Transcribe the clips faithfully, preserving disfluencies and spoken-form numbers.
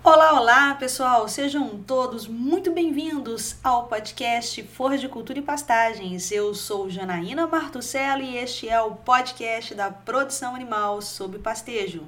Olá, olá, pessoal! Sejam todos muito bem-vindos ao podcast Forja de Cultura e Pastagens. Eu sou Janaína Martucello e este é o podcast da produção animal sob pastejo.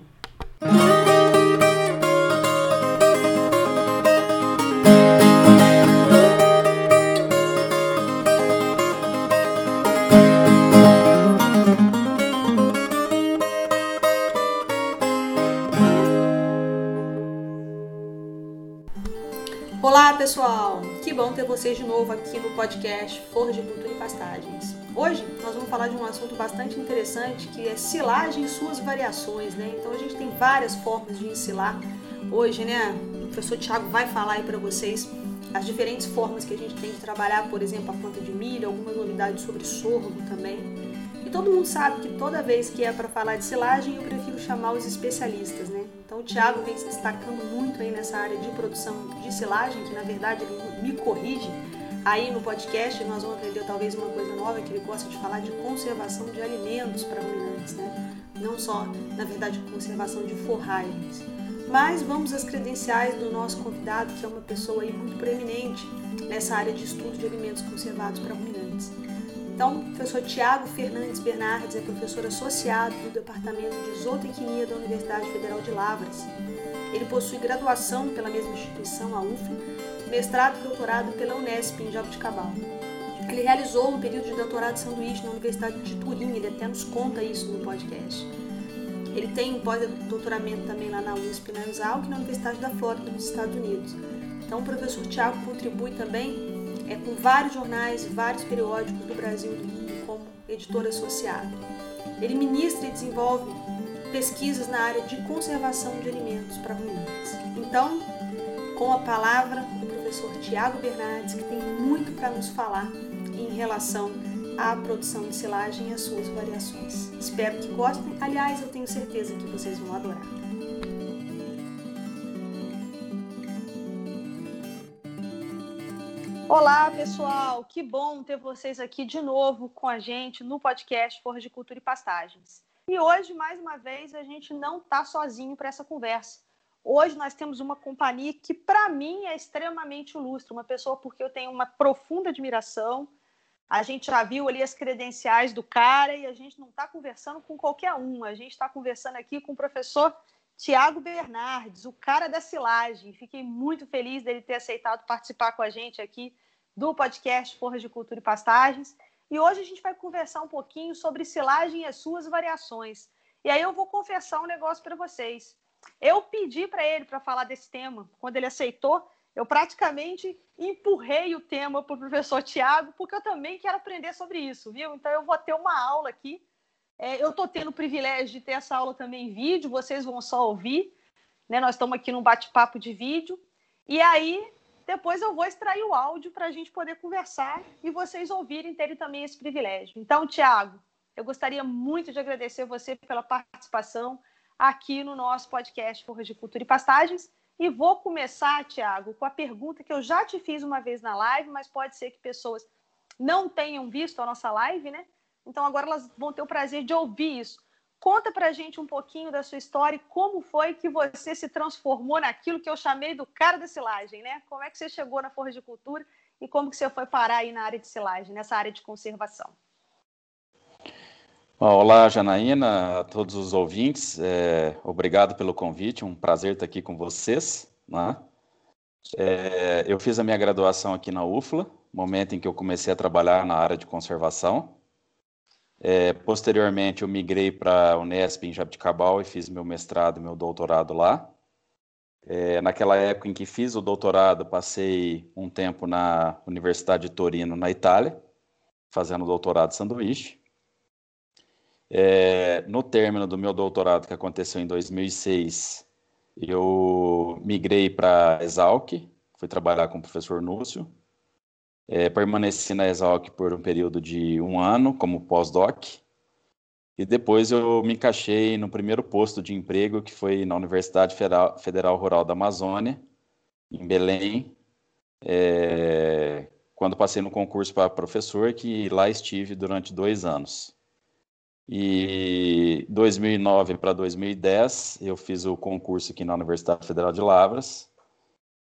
Olá, pessoal! Que bom ter vocês de novo aqui no podcast Forja de Cultura e Pastagens. Hoje nós vamos falar de um assunto bastante interessante, que é silagem e suas variações, né? Então a gente tem várias formas de ensilar. Hoje, né, o professor Thiago vai falar aí para vocês as diferentes formas que a gente tem de trabalhar, por exemplo, a planta de milho, algumas novidades sobre sorgo também. E todo mundo sabe que toda vez que é para falar de silagem, eu prefiro chamar os especialistas, né? Então o Thiago vem se destacando muito aí nessa área de produção de silagem, que na verdade ele me corrige. Aí no podcast nós vamos aprender talvez uma coisa nova, que ele gosta de falar de conservação de alimentos para ruminantes, né? Não só, na verdade, conservação de forragens. Mas vamos às credenciais do nosso convidado, que é uma pessoa aí muito preeminente nessa área de estudo de alimentos conservados para ruminantes. Então, o professor Thiago Fernandes Bernardes é professor associado do Departamento de Zootecnia da Universidade Federal de Lavras. Ele possui graduação pela mesma instituição, a U F L, mestrado e doutorado pela Unesp em Jaboticabal. Ele realizou um período de doutorado de sanduíche na Universidade de Turim, ele até nos conta isso no podcast. Ele tem um pós-doutoramento também lá na U S P, na Exalc, na Universidade da Flórida, nos Estados Unidos. Então, o professor Thiago contribui também É, com vários jornais, vários periódicos do Brasil e do mundo como editor associado. Ele ministra e desenvolve pesquisas na área de conservação de alimentos para ruminantes. Então, com a palavra, o professor Thiago Bernardes, que tem muito para nos falar em relação à produção de silagem e as suas variações. Espero que gostem. Aliás, eu tenho certeza que vocês vão adorar. Olá, pessoal! Que bom ter vocês aqui de novo com a gente no podcast Forja de Cultura e Pastagens. E hoje, mais uma vez, a gente não está sozinho para essa conversa. Hoje nós temos uma companhia que, para mim, é extremamente ilustre, uma pessoa porque eu tenho uma profunda admiração. A gente já viu ali as credenciais do cara e a gente não está conversando com qualquer um. A gente está conversando aqui com o professor Thiago Bernardes, o cara da silagem. Fiquei muito feliz dele ter aceitado participar com a gente aqui do podcast Forja de Cultura e Pastagens. E hoje a gente vai conversar um pouquinho sobre silagem e as suas variações. E aí eu vou confessar um negócio para vocês. Eu pedi para ele para falar desse tema. Quando ele aceitou, eu praticamente empurrei o tema para o professor Thiago, porque eu também quero aprender sobre isso, viu? Então eu vou ter uma aula aqui. É, eu estou tendo o privilégio de ter essa aula também em vídeo, vocês vão só ouvir, né? Nós estamos aqui num bate-papo de vídeo. E aí, depois eu vou extrair o áudio para a gente poder conversar e vocês ouvirem, terem também esse privilégio. Então, Thiago, eu gostaria muito de agradecer você pela participação aqui no nosso podcast Forja de Cultura e Pastagens. E vou começar, Thiago, com a pergunta que eu já te fiz uma vez na live, mas pode ser que pessoas não tenham visto a nossa live, né? Então agora elas vão ter o prazer de ouvir isso. Conta pra gente um pouquinho da sua história e como foi que você se transformou naquilo que eu chamei do cara da silagem, né? Como é que você chegou na Forja de Cultura e como que você foi parar aí na área de silagem, nessa área de conservação? Olá, Janaína, a todos os ouvintes, é, obrigado pelo convite, um prazer estar aqui com vocês, né? É, eu fiz a minha graduação aqui na U F L A, momento em que eu comecei a trabalhar na área de conservação. É, posteriormente, eu migrei para a Unesp em Jaboticabal e fiz meu mestrado e meu doutorado lá. É, naquela época em que fiz o doutorado, passei um tempo na Universidade de Torino, na Itália, fazendo doutorado de sanduíche. É, no término do meu doutorado, que aconteceu em dois mil e seis, eu migrei para a Exalc, fui trabalhar com o professor Núcio. É, permaneci na Exalc por um período de um ano como pós-doc. E depois eu me encaixei no primeiro posto de emprego, que foi na Universidade Federal, Federal Rural da Amazônia, em Belém, é, quando passei no concurso para professor, que lá estive durante dois anos. E dois mil e nove para dois mil e dez, eu fiz o concurso aqui na Universidade Federal de Lavras,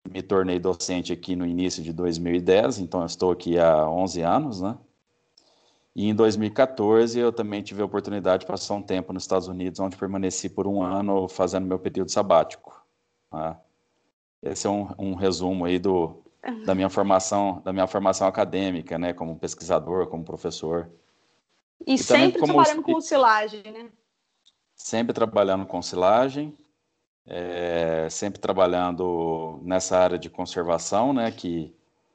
me tornei docente aqui no início de dois mil e dez, então eu estou aqui há onze anos, né? E em dois mil e quatorze eu também tive a oportunidade de passar um tempo nos Estados Unidos, onde permaneci por um ano fazendo meu período sabático. Tá? Esse é um, um resumo aí do, da minha formação, da minha formação acadêmica, né? Como pesquisador, como professor. E, e sempre como... trabalhando com silagem, né? Sempre trabalhando com silagem, é, sempre trabalhando nessa área de conservação, né? Que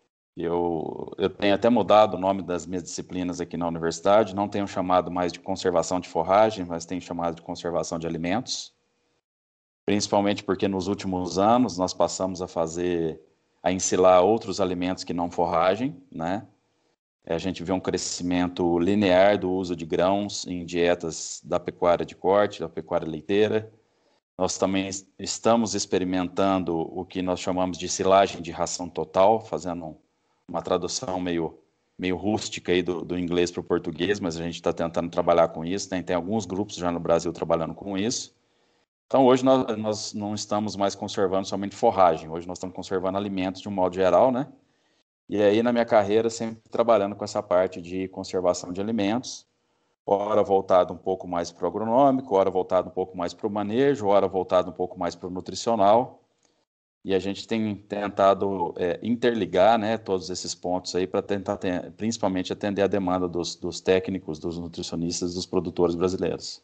Eu, eu tenho até mudado o nome das minhas disciplinas aqui na universidade, não tenho chamado mais de conservação de forragem, mas tenho chamado de conservação de alimentos, principalmente porque nos últimos anos nós passamos a fazer, a ensilar outros alimentos que não forragem, né? A gente vê um crescimento linear do uso de grãos em dietas da pecuária de corte, da pecuária leiteira. Nós também estamos experimentando o que nós chamamos de silagem de ração total, fazendo uma tradução meio, meio rústica aí do, do inglês para o português, mas a gente está tentando trabalhar com isso, né? Tem alguns grupos já no Brasil trabalhando com isso. Então, hoje nós, nós não estamos mais conservando somente forragem, hoje nós estamos conservando alimentos de um modo geral, né? E aí, na minha carreira, sempre trabalhando com essa parte de conservação de alimentos, ora voltado um pouco mais para o agronômico, ora voltado um pouco mais para o manejo, ora voltado um pouco mais para o nutricional. E a gente tem tentado é, interligar, né, todos esses pontos aí para tentar, ter, principalmente, atender a demanda dos, dos técnicos, dos nutricionistas, dos produtores brasileiros.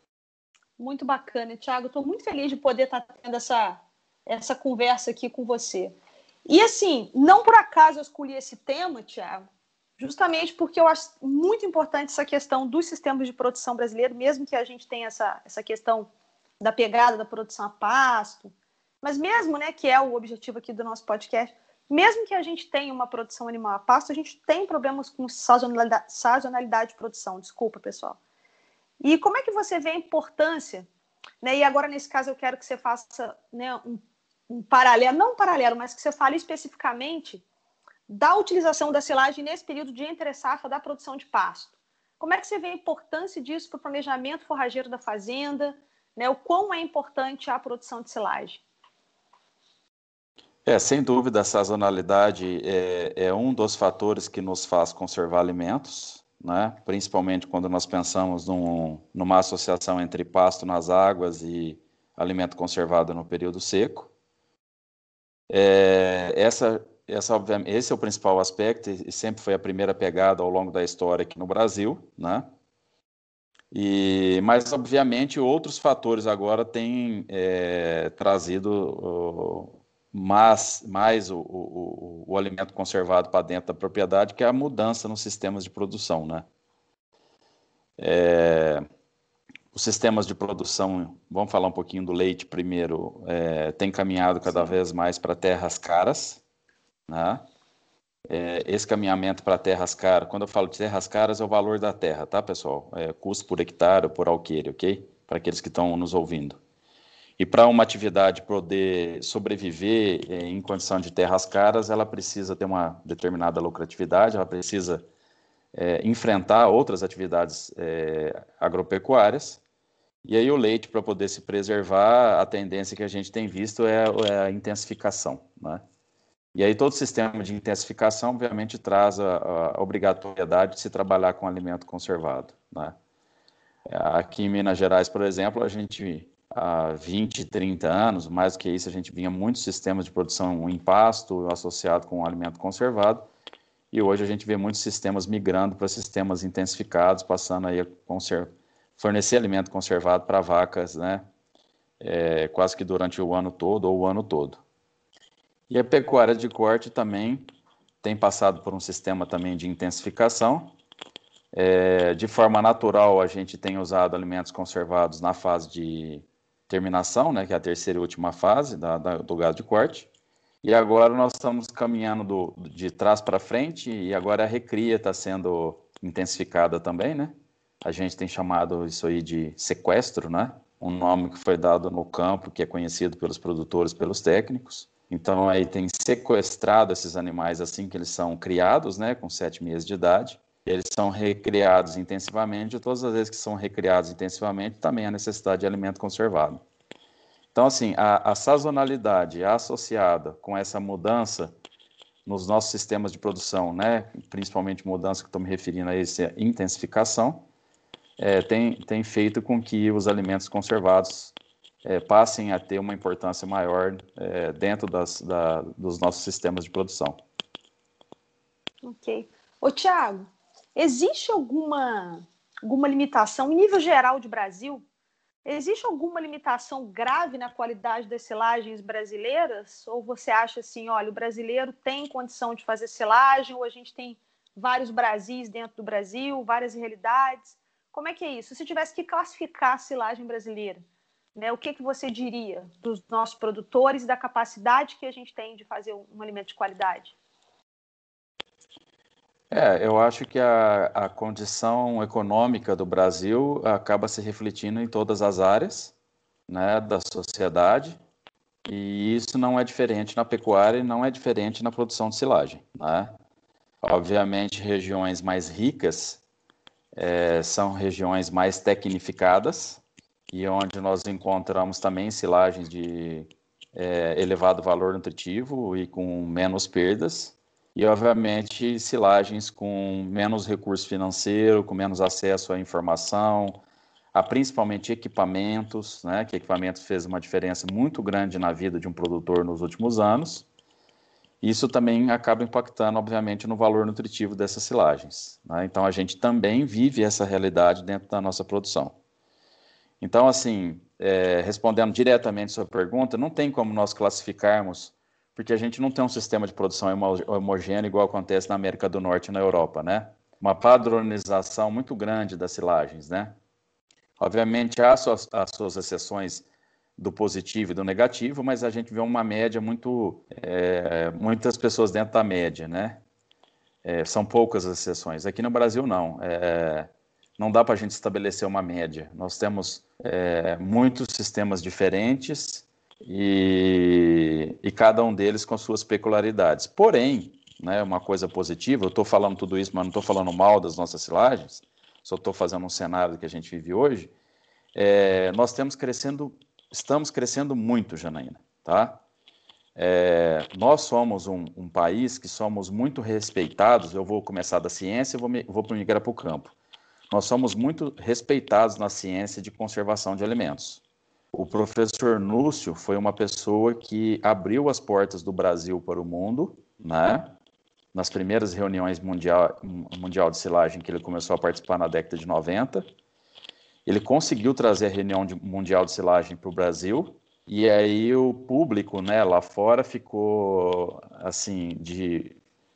Muito bacana, Thiago. Estou muito feliz de poder estar tendo essa, essa conversa aqui com você. E, assim, não por acaso eu escolhi esse tema, Thiago, justamente porque eu acho muito importante essa questão dos sistemas de produção brasileiro, mesmo que a gente tenha essa, essa questão da pegada da produção a pasto, mas mesmo, né, que é o objetivo aqui do nosso podcast, mesmo que a gente tenha uma produção animal a pasto, a gente tem problemas com sazonalidade, sazonalidade de produção, desculpa, pessoal. E como é que você vê a importância, né, e agora nesse caso eu quero que você faça, né, um, um paralelo, não um paralelo, mas que você fale especificamente da utilização da silagem nesse período de entre-safra da produção de pasto. Como é que você vê a importância disso para o planejamento forrageiro da fazenda, né, o quão é importante a produção de silagem? É, sem dúvida, a sazonalidade é, é um dos fatores que nos faz conservar alimentos, né? Principalmente quando nós pensamos num, numa associação entre pasto nas águas e alimento conservado no período seco. É, essa, essa, obviamente, esse é o principal aspecto e sempre foi a primeira pegada ao longo da história aqui no Brasil, né? E, mas, obviamente, outros fatores agora têm é, trazido uh, mais, mais o, o, o alimento conservado para dentro da propriedade, que é a mudança nos sistemas de produção, né? É, os sistemas de produção, vamos falar um pouquinho do leite primeiro, é, tem caminhado cada Sim. vez mais para terras caras, né? É, esse caminhamento para terras caras, quando eu falo de terras caras, é o valor da terra, tá, pessoal? É custo por hectare ou por alqueire, ok? Para aqueles que estão nos ouvindo. E para uma atividade poder sobreviver é, em condição de terras caras, ela precisa ter uma determinada lucratividade, ela precisa é, enfrentar outras atividades é, agropecuárias. E aí o leite, para poder se preservar, a tendência que a gente tem visto é, é a intensificação, né? E aí todo sistema de intensificação, obviamente, traz a, a obrigatoriedade de se trabalhar com alimento conservado, né? Aqui em Minas Gerais, por exemplo, a gente, há vinte, trinta anos, mais do que isso, a gente vinha muitos sistemas de produção em pasto associado com alimento conservado, e hoje a gente vê muitos sistemas migrando para sistemas intensificados, passando aí a conservar, fornecer alimento conservado para vacas, né? É, quase que durante o ano todo ou o ano todo. E a pecuária de corte também tem passado por um sistema também de intensificação. É, de forma natural, a gente tem usado alimentos conservados na fase de terminação, né, que é a terceira e última fase da, da, do gado de corte. E agora nós estamos caminhando do, de trás para frente e agora a recria está sendo intensificada também, né? A gente tem chamado isso aí de sequestro, né? Um nome que foi dado no campo, que é conhecido pelos produtores, pelos técnicos. Então, aí tem sequestrado esses animais assim que eles são criados, né, com sete meses de idade. Eles são recriados intensivamente, e todas as vezes que são recriados intensivamente, também há necessidade de alimento conservado. Então, assim, a, a sazonalidade associada com essa mudança nos nossos sistemas de produção, né, principalmente mudança que estou me referindo a essa intensificação, é, tem, tem feito com que os alimentos conservados é, passem a ter uma importância maior é, dentro das, da, dos nossos sistemas de produção. Ok. Ô, Thiago, existe alguma, alguma limitação, em nível geral de Brasil, existe alguma limitação grave na qualidade das silagens brasileiras? Ou você acha assim, olha, o brasileiro tem condição de fazer silagem, ou a gente tem vários Brasis dentro do Brasil, várias realidades? Como é que é isso? Se tivesse que classificar a silagem brasileira, né, o que, que você diria dos nossos produtores e da capacidade que a gente tem de fazer um alimento de qualidade? É, eu acho que a, a condição econômica do Brasil acaba se refletindo em todas as áreas, né, da sociedade, e isso não é diferente na pecuária e não é diferente na produção de silagem, né? Obviamente, regiões mais ricas é, são regiões mais tecnificadas e onde nós encontramos também silagens de é, elevado valor nutritivo e com menos perdas. E, obviamente, silagens com menos recurso financeiro, com menos acesso à informação, a principalmente equipamentos, né? Que equipamentos fez uma diferença muito grande na vida de um produtor nos últimos anos. Isso também acaba impactando, obviamente, no valor nutritivo dessas silagens, né? Então, a gente também vive essa realidade dentro da nossa produção. Então, assim, é, respondendo diretamente a sua pergunta, não tem como nós classificarmos, porque a gente não tem um sistema de produção homogêneo igual acontece na América do Norte e na Europa, né? Uma padronização muito grande das silagens, né? Obviamente, há suas, as suas exceções do positivo e do negativo, mas a gente vê uma média muito, é, muitas pessoas dentro da média, né? É, são poucas as exceções. Aqui no Brasil, não. É, não dá para a gente estabelecer uma média. Nós temos é, muitos sistemas diferentes e, e cada um deles com suas peculiaridades. Porém, né, uma coisa positiva, eu estou falando tudo isso, mas não estou falando mal das nossas silagens, só estou fazendo um cenário que a gente vive hoje. É, nós temos crescendo, estamos crescendo muito, Janaína, tá? É, nós somos um, um país que somos muito respeitados. Eu vou começar da ciência e vou, vou migrar para o campo. Nós somos muito respeitados na ciência de conservação de alimentos. O professor Núcio foi uma pessoa que abriu as portas do Brasil para o mundo, né? Nas primeiras reuniões mundial, mundial de silagem que ele começou a participar na década de noventa. Ele conseguiu trazer a reunião de, mundial de silagem para o Brasil, e aí o público, né, lá fora ficou assim de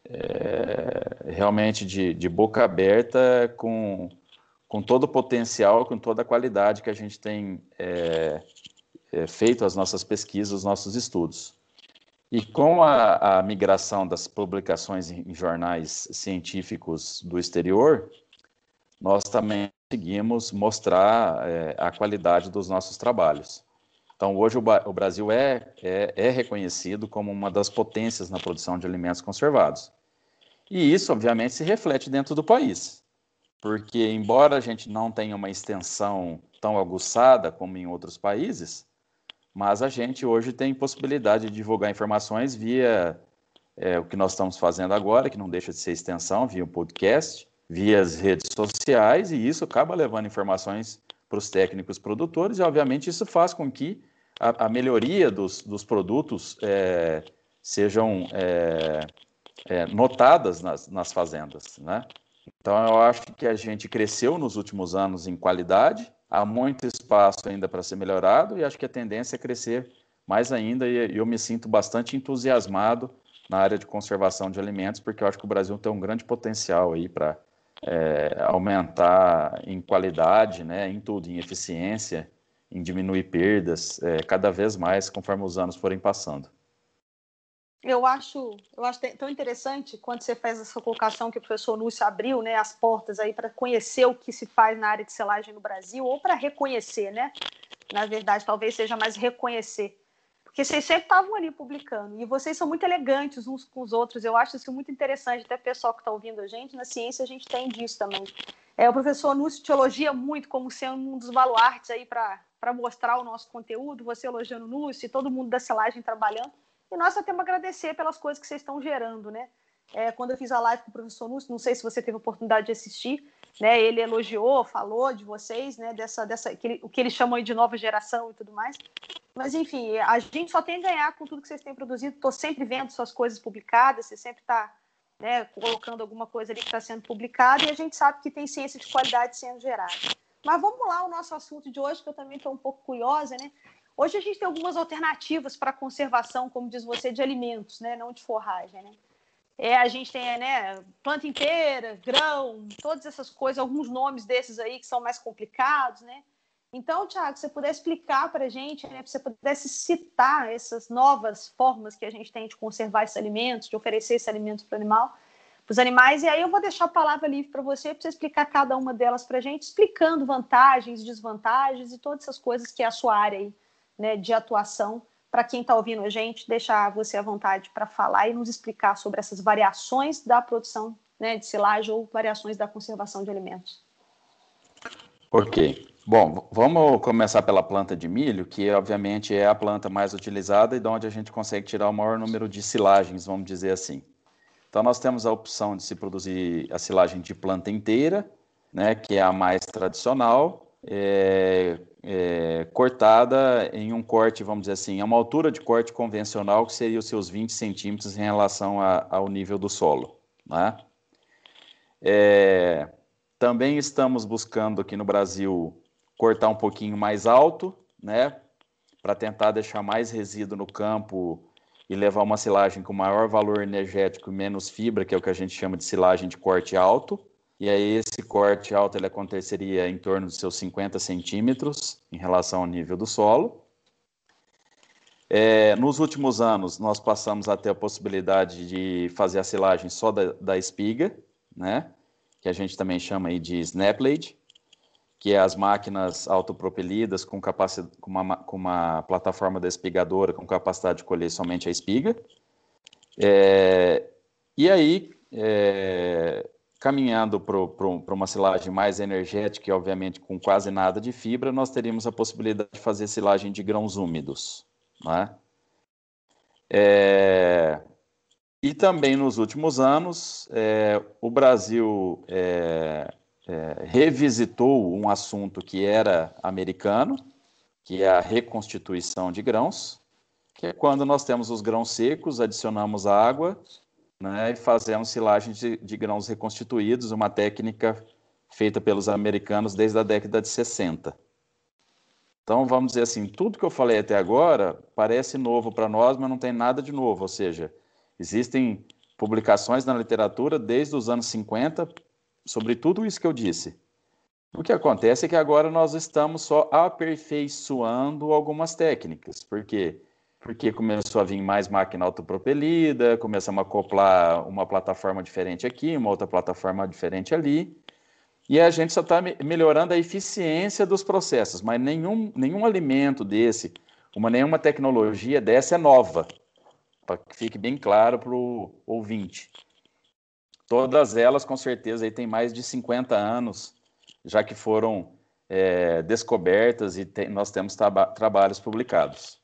é, realmente de, de boca aberta com, com todo o potencial, com toda a qualidade que a gente tem é, é, feito as nossas pesquisas, os nossos estudos. E com a, a migração das publicações em, em jornais científicos do exterior, nós também conseguimos mostrar é, a qualidade dos nossos trabalhos. Então, hoje o, o Brasil é, é, é reconhecido como uma das potências na produção de alimentos conservados. E isso, obviamente, se reflete dentro do país, porque, embora a gente não tenha uma extensão tão aguçada como em outros países, mas a gente hoje tem possibilidade de divulgar informações via é, o que nós estamos fazendo agora, que não deixa de ser extensão, via um podcast, via as redes sociais, e isso acaba levando informações para os técnicos produtores, e obviamente isso faz com que a, a melhoria dos, dos produtos é, sejam é, é, notadas nas, nas fazendas, né? Então eu acho que a gente cresceu nos últimos anos em qualidade, há muito espaço ainda para ser melhorado, e acho que a tendência é crescer mais ainda, e eu me sinto bastante entusiasmado na área de conservação de alimentos, porque eu acho que o Brasil tem um grande potencial aí para é, aumentar em qualidade, né, em tudo, em eficiência, em diminuir perdas, é, cada vez mais conforme os anos forem passando. Eu acho, eu acho tão interessante quando você faz essa colocação que o professor Núcio abriu, né, as portas aí para conhecer o que se faz na área de selagem no Brasil, ou para reconhecer, né? Na verdade, talvez seja mais reconhecer. Porque vocês sempre estavam ali publicando, e vocês são muito elegantes uns com os outros. Eu acho isso muito interessante, até o pessoal que está ouvindo a gente, na ciência a gente tem disso também. É, o professor Núcio te elogia muito como sendo um dos baluartes aí para para mostrar o nosso conteúdo, você elogiando o Núcio e todo mundo da silagem trabalhando. E nós só temos a agradecer pelas coisas que vocês estão gerando, né? É, quando eu fiz a live com o professor Núcio, não sei se você teve a oportunidade de assistir, né? Ele elogiou, falou de vocês, né? Dessa, dessa, que ele, o que eles chamam aí de nova geração e tudo mais. Mas, enfim, a gente só tem a ganhar com tudo que vocês têm produzido. Estou sempre vendo suas coisas publicadas, você sempre está, né, colocando alguma coisa ali que está sendo publicada, e a gente sabe que tem ciência de qualidade sendo gerada. Mas vamos lá, o nosso assunto de hoje, que eu também estou um pouco curiosa, né? Hoje a gente tem algumas alternativas para a conservação, como diz você, de alimentos, né? Não de forragem, né? É, a gente tem, né, planta inteira, grão, todas essas coisas, alguns nomes desses aí que são mais complicados, né? Então, Thiago, se você puder explicar para a gente, né, se você pudesse citar essas novas formas que a gente tem de conservar esses alimentos, de oferecer esse alimento para o animal, para os animais, e aí eu vou deixar a palavra livre para você, para você explicar cada uma delas para a gente, explicando vantagens, desvantagens e todas essas coisas que é a sua área aí, né, de atuação. Para quem está ouvindo a gente, deixar você à vontade para falar e nos explicar sobre essas variações da produção, né, de silagem ou variações da conservação de alimentos. Ok. Bom, vamos começar pela planta de milho, que obviamente é a planta mais utilizada e de onde a gente consegue tirar o maior número de silagens, vamos dizer assim. Então, nós temos a opção de se produzir a silagem de planta inteira, né, que é a mais tradicional, é, é, cortada em um corte, vamos dizer assim, a uma altura de corte convencional, que seria os seus vinte centímetros em relação a, ao nível do solo, né? É, também estamos buscando aqui no Brasil cortar um pouquinho mais alto, né, para tentar deixar mais resíduo no campo e levar uma silagem com maior valor energético e menos fibra, que é o que a gente chama de silagem de corte alto. E aí esse corte alto ele aconteceria em torno dos seus cinquenta centímetros em relação ao nível do solo. É, nos últimos anos, nós passamos a ter a possibilidade de fazer a silagem só da, da espiga, né, que a gente também chama aí de snap-lade, que é as máquinas autopropelidas com, capaci... com, uma, com uma plataforma despigadora com capacidade de colher somente a espiga. É... E aí, é... caminhando para uma silagem mais energética e, obviamente, com quase nada de fibra, nós teríamos a possibilidade de fazer silagem de grãos úmidos, né? É... E também, nos últimos anos, é... o Brasil... É... É, revisitou um assunto que era americano, que é a reconstituição de grãos, que é quando nós temos os grãos secos, adicionamos água, né, e fazemos silagem de, de grãos reconstituídos, uma técnica feita pelos americanos desde a década de sessenta. Então, vamos dizer assim, tudo que eu falei até agora parece novo para nós, mas não tem nada de novo, ou seja, existem publicações na literatura desde os anos cinquenta, sobre tudo isso que eu disse. O que acontece é que agora nós estamos só aperfeiçoando algumas técnicas. Por quê? Porque começou a vir mais máquina autopropelida, começamos a acoplar uma plataforma diferente aqui, uma outra plataforma diferente ali, e a gente só está melhorando a eficiência dos processos, mas nenhum, nenhum alimento desse, uma, nenhuma tecnologia dessa é nova, para que fique bem claro para o ouvinte. Todas elas, com certeza, aí têm mais de cinquenta anos, já que foram é, descobertas e tem, nós temos traba trabalhos publicados.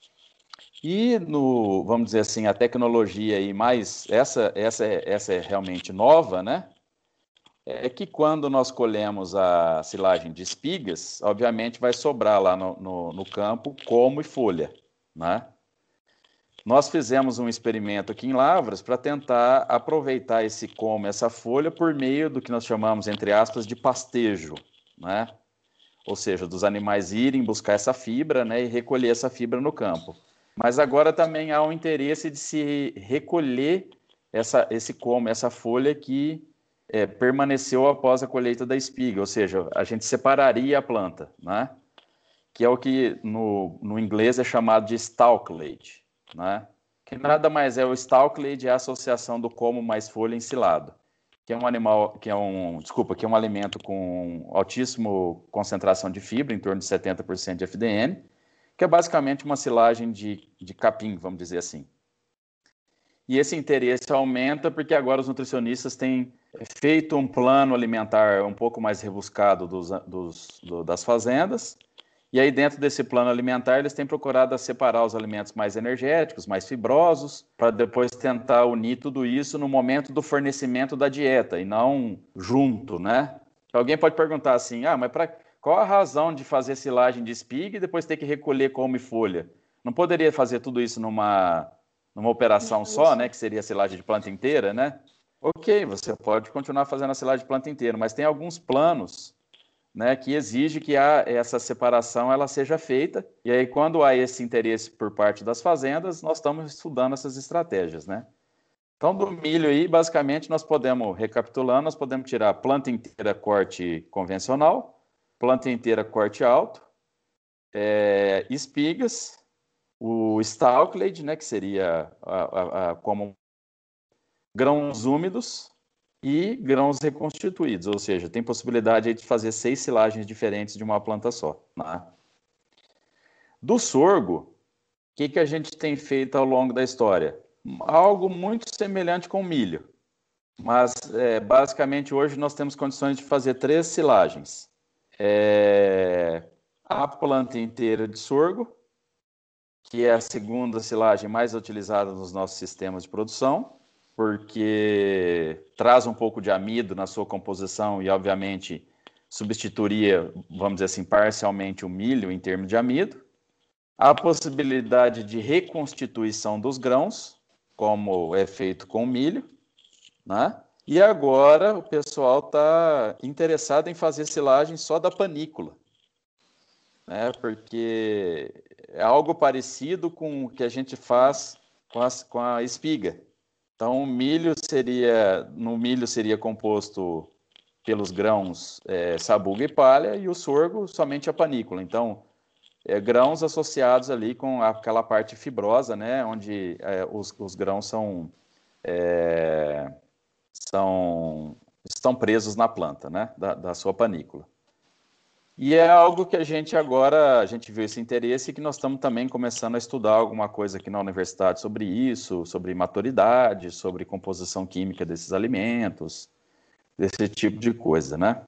E, no, vamos dizer assim, a tecnologia aí mais, essa, essa, é, essa é realmente nova, né? É que quando nós colhemos a silagem de espigas, obviamente vai sobrar lá no, no, no campo como e folha, né? Nós fizemos um experimento aqui em Lavras para tentar aproveitar esse como, essa folha, por meio do que nós chamamos, entre aspas, de pastejo, né? Ou seja, dos animais irem buscar essa fibra, né, e recolher essa fibra no campo. Mas agora também há um interesse de se recolher essa, esse como, essa folha que é, permaneceu após a colheita da espiga, ou seja, a gente separaria a planta, né? Que é o que no, no inglês é chamado de stalklage. Né? Que nada mais é o stalklage, é a associação do como mais folha ensilado, que é um animal, que é um, desculpa, que é um alimento com altíssima concentração de fibra, em torno de setenta por cento de F D N, que é basicamente uma silagem de, de capim, vamos dizer assim. E esse interesse aumenta porque agora os nutricionistas têm feito um plano alimentar um pouco mais rebuscado dos, dos, do, das fazendas, E aí, dentro desse plano alimentar, eles têm procurado separar os alimentos mais energéticos, mais fibrosos, para depois tentar unir tudo isso no momento do fornecimento da dieta, e não junto, né? Alguém pode perguntar assim, ah, mas pra, qual a razão de fazer silagem de espiga e depois ter que recolher come folha? Não poderia fazer tudo isso numa, numa operação só, né? Que seria a silagem de planta inteira, né? Ok, você pode continuar fazendo a silagem de planta inteira, mas tem alguns planos, né, que exige que a, essa separação ela seja feita, e aí quando há esse interesse por parte das fazendas, nós estamos estudando essas estratégias, né? Então, do milho aí, basicamente, nós podemos, recapitulando, nós podemos tirar planta inteira corte convencional, planta inteira corte alto, é, espigas, o stalkled, né, que seria a, a, a, como grãos úmidos, e grãos reconstituídos, ou seja, tem possibilidade de fazer seis silagens diferentes de uma planta só. Né? Do sorgo, o que, que a gente tem feito ao longo da história? Algo muito semelhante com o milho, mas é, basicamente hoje nós temos condições de fazer três silagens. É, a planta inteira de sorgo, que é a segunda silagem mais utilizada nos nossos sistemas de produção, porque traz um pouco de amido na sua composição e, obviamente, substituiria, vamos dizer assim, parcialmente o milho em termos de amido. A possibilidade de reconstituição dos grãos, como é feito com o milho, né? E agora o pessoal está interessado em fazer silagem só da panícula, né? Porque é algo parecido com o que a gente faz com a, com a espiga. Então, o milho seria, no milho seria composto pelos grãos é, sabugo e palha, e o sorgo somente a panícula. Então, é, grãos associados ali com aquela parte fibrosa, né, onde é, os, os grãos são, é, são, estão presos na planta, né, da, da sua panícula. E é algo que a gente agora, a gente viu esse interesse e que nós estamos também começando a estudar alguma coisa aqui na universidade sobre isso, sobre maturidade, sobre composição química desses alimentos, desse tipo de coisa, né?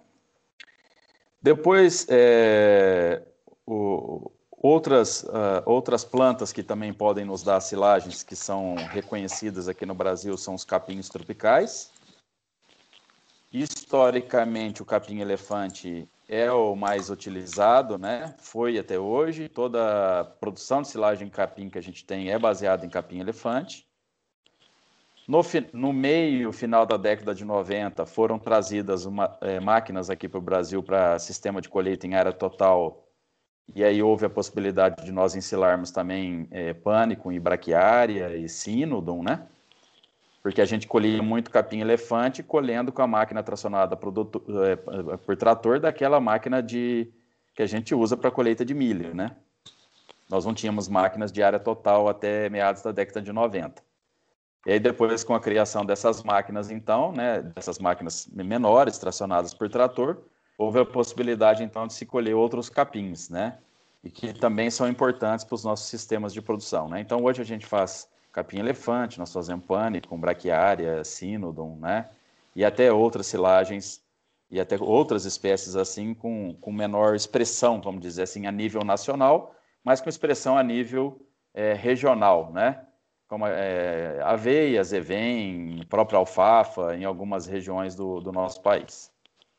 Depois, é, o, outras, uh, outras plantas que também podem nos dar silagens, que são reconhecidas aqui no Brasil, são os capins tropicais. Historicamente, o capim-elefante é o mais utilizado, né? Foi até hoje. Toda a produção de silagem em capim que a gente tem é baseada em capim-elefante. No, no meio, final da década de noventa, foram trazidas uma, é, máquinas aqui para o Brasil para sistema de colheita em área total. E aí houve a possibilidade de nós ensilarmos também é, pânico e braquiária e sínodon, né? Porque a gente colhia muito capim-elefante colhendo com a máquina tracionada por, por trator daquela máquina de, que a gente usa para colheita de milho, né? Nós não tínhamos máquinas de área total até meados da década de noventa. E aí depois, com a criação dessas máquinas, então, né, dessas máquinas menores tracionadas por trator, houve a possibilidade, então, de se colher outros capins, né? E que também são importantes para os nossos sistemas de produção, né? Então, hoje a gente faz capim-elefante, nós fazemos pânico, braquiária, sínodon, né? E até outras silagens e até outras espécies assim com, com menor expressão, vamos dizer assim, a nível nacional, mas com expressão a nível é, regional, né? Como é, aveia, zevém, própria alfafa, em algumas regiões do, do nosso país.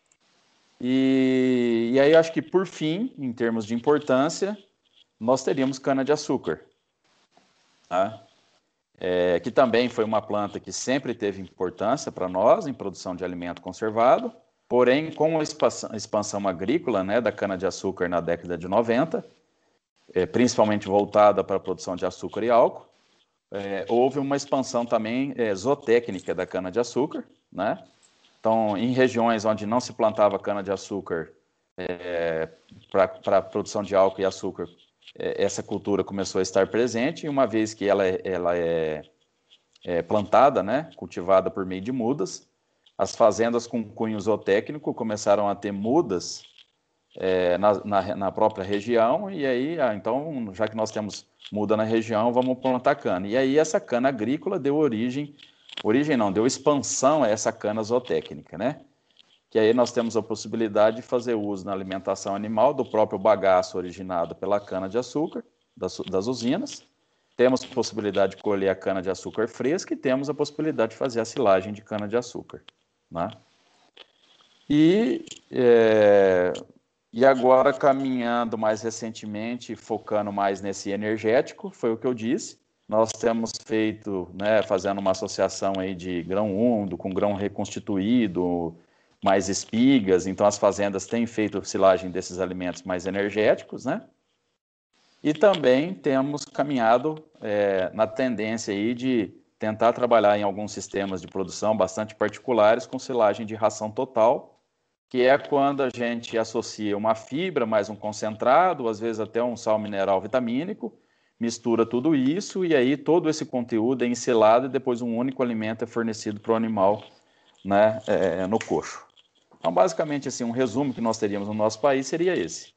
E, e aí eu acho que, por fim, em termos de importância, nós teríamos cana-de-açúcar, tá? É, que também foi uma planta que sempre teve importância para nós em produção de alimento conservado, porém, com a expansão, expansão agrícola, né, da cana-de-açúcar na década de noventa, é, principalmente voltada para a produção de açúcar e álcool, é, houve uma expansão também é, zootécnica da cana-de-açúcar, né? Então, em regiões onde não se plantava cana-de-açúcar é, para a produção de álcool e açúcar, essa cultura começou a estar presente, e uma vez que ela, é, ela é, é plantada, né, cultivada por meio de mudas, as fazendas com cunho zootécnico começaram a ter mudas é, na, na, na própria região, e aí, ah, então, já que nós temos muda na região, vamos plantar cana. E aí essa cana agrícola deu origem, origem não, deu expansão a essa cana zootécnica, né? que aí nós temos a possibilidade de fazer uso na alimentação animal do próprio bagaço originado pela cana-de-açúcar das, das usinas. Temos a possibilidade de colher a cana-de-açúcar fresca e temos a possibilidade de fazer a silagem de cana-de-açúcar, né? E, é, e agora, caminhando mais recentemente, focando mais nesse energético, foi o que eu disse. Nós temos feito, né, fazendo uma associação aí de grão úmido com grão reconstituído, mais espigas. Então, as fazendas têm feito silagem desses alimentos mais energéticos, né? E também temos caminhado é, na tendência aí de tentar trabalhar em alguns sistemas de produção bastante particulares com silagem de ração total, que é quando a gente associa uma fibra mais um concentrado, às vezes até um sal mineral vitamínico, mistura tudo isso e aí todo esse conteúdo é ensilado e depois um único alimento é fornecido para o animal, né, é, no coxo. Então, basicamente, assim, um resumo que nós teríamos no nosso país seria esse.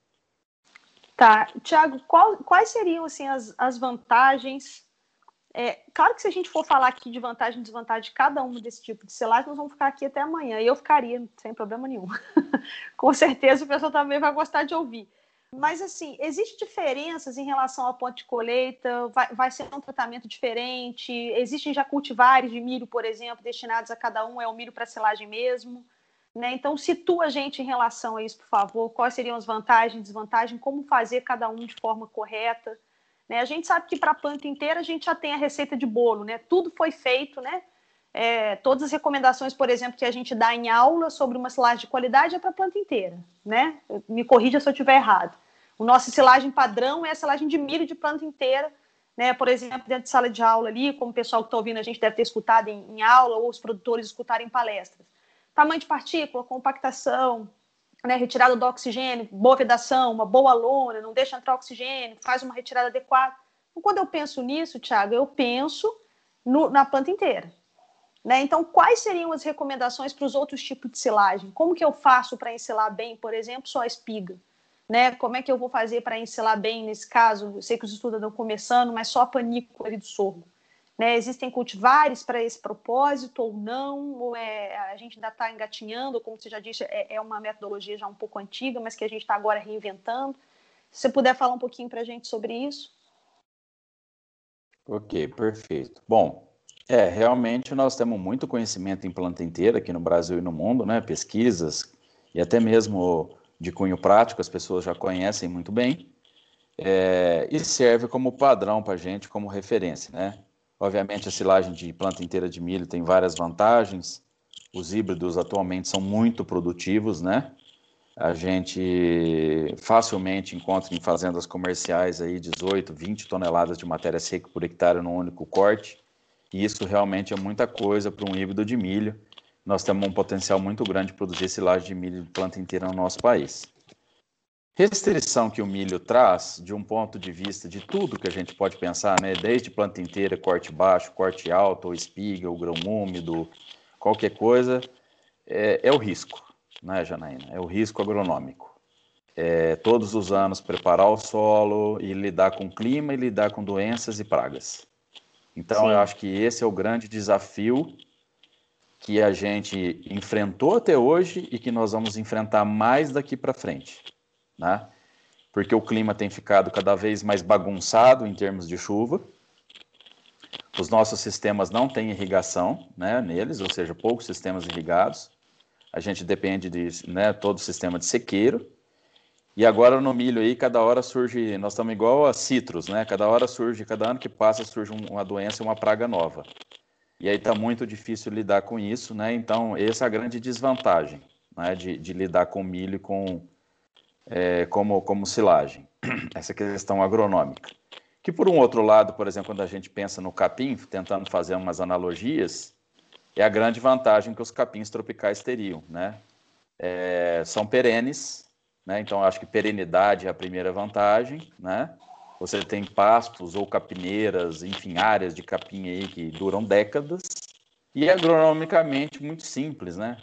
Tá, Tiago, quais seriam assim, as, as vantagens? É, claro que se a gente for falar aqui de vantagem e desvantagem de cada um desse tipo de silagem, nós vamos ficar aqui até amanhã, e eu ficaria sem problema nenhum. Com certeza o pessoal também vai gostar de ouvir. Mas, assim, existem diferenças em relação ao ponto de colheita? Vai, vai ser um tratamento diferente? Existem já cultivares de milho, por exemplo, destinados a cada um? É o milho para silagem mesmo? Né? Então, situa a gente em relação a isso, por favor. Quais seriam as vantagens e desvantagens? Como fazer cada um de forma correta? Né? A gente sabe que para a planta inteira a gente já tem a receita de bolo, né? Tudo foi feito, né? É, todas as recomendações, por exemplo, que a gente dá em aula sobre uma silagem de qualidade é para a planta inteira, né? Me corrija se eu estiver errado. O nosso silagem padrão é a silagem de milho de planta inteira, né? Por exemplo, dentro de sala de aula ali, como o pessoal que está ouvindo a gente deve ter escutado em, em aula ou os produtores escutarem em palestras. Tamanho de partícula, compactação, né, retirada do oxigênio, boa vedação, uma boa lona, não deixa entrar oxigênio, faz uma retirada adequada. Então, quando eu penso nisso, Tiago, eu penso no, na planta inteira. Né? Então, quais seriam as recomendações para os outros tipos de silagem? Como que eu faço para ensilar bem, por exemplo, só a espiga? Né? Como é que eu vou fazer para ensilar bem, nesse caso, eu sei que os estudos estão começando, mas só a panícula ali do sorgo? Né? Existem cultivares para esse propósito ou não? Ou é, a gente ainda está engatinhando, como você já disse, é, é uma metodologia já um pouco antiga, mas que a gente está agora reinventando. Se você puder falar um pouquinho para a gente sobre isso. Ok, perfeito. Bom, é, realmente nós temos muito conhecimento em planta inteira aqui no Brasil e no mundo, né? Pesquisas e até mesmo de cunho prático, as pessoas já conhecem muito bem, é, e serve como padrão para a gente, como referência, né? Obviamente, a silagem de planta inteira de milho tem várias vantagens. Os híbridos atualmente são muito produtivos, né? A gente facilmente encontra em fazendas comerciais aí dezoito, vinte toneladas de matéria seca por hectare num único corte. E isso realmente é muita coisa para um híbrido de milho. Nós temos um potencial muito grande de produzir silagem de milho de planta inteira no nosso país. Restrição que o milho traz, de um ponto de vista de tudo que a gente pode pensar, né? Desde planta inteira, corte baixo, corte alto, ou espiga, ou grão úmido, qualquer coisa, é, é o risco, né, Janaína? É o risco agronômico. É, todos os anos preparar o solo e lidar com o clima e lidar com doenças e pragas. Então, Sim. eu acho que esse é o grande desafio que a gente enfrentou até hoje e que nós vamos enfrentar mais daqui para frente. Né? Porque o clima tem ficado cada vez mais bagunçado em termos de chuva. Os nossos sistemas não têm irrigação, né, neles, ou seja, poucos sistemas irrigados. A gente depende de, né, todo o sistema de sequeiro. E agora no milho aí, cada hora surge, nós estamos igual a citros, né? Cada hora surge, cada ano que passa surge uma doença e uma praga nova. E aí está muito difícil lidar com isso, né? Então, essa é a grande desvantagem, né, de, de lidar com milho e com É, como, como silagem, essa questão agronômica. Que, por um outro lado, por exemplo, quando a gente pensa no capim, tentando fazer umas analogias, é a grande vantagem que os capins tropicais teriam, né? É, são perenes, né? Então acho que perenidade é a primeira vantagem, né? Você tem pastos ou capineiras, enfim, áreas de capim aí que duram décadas, e agronomicamente muito simples, né?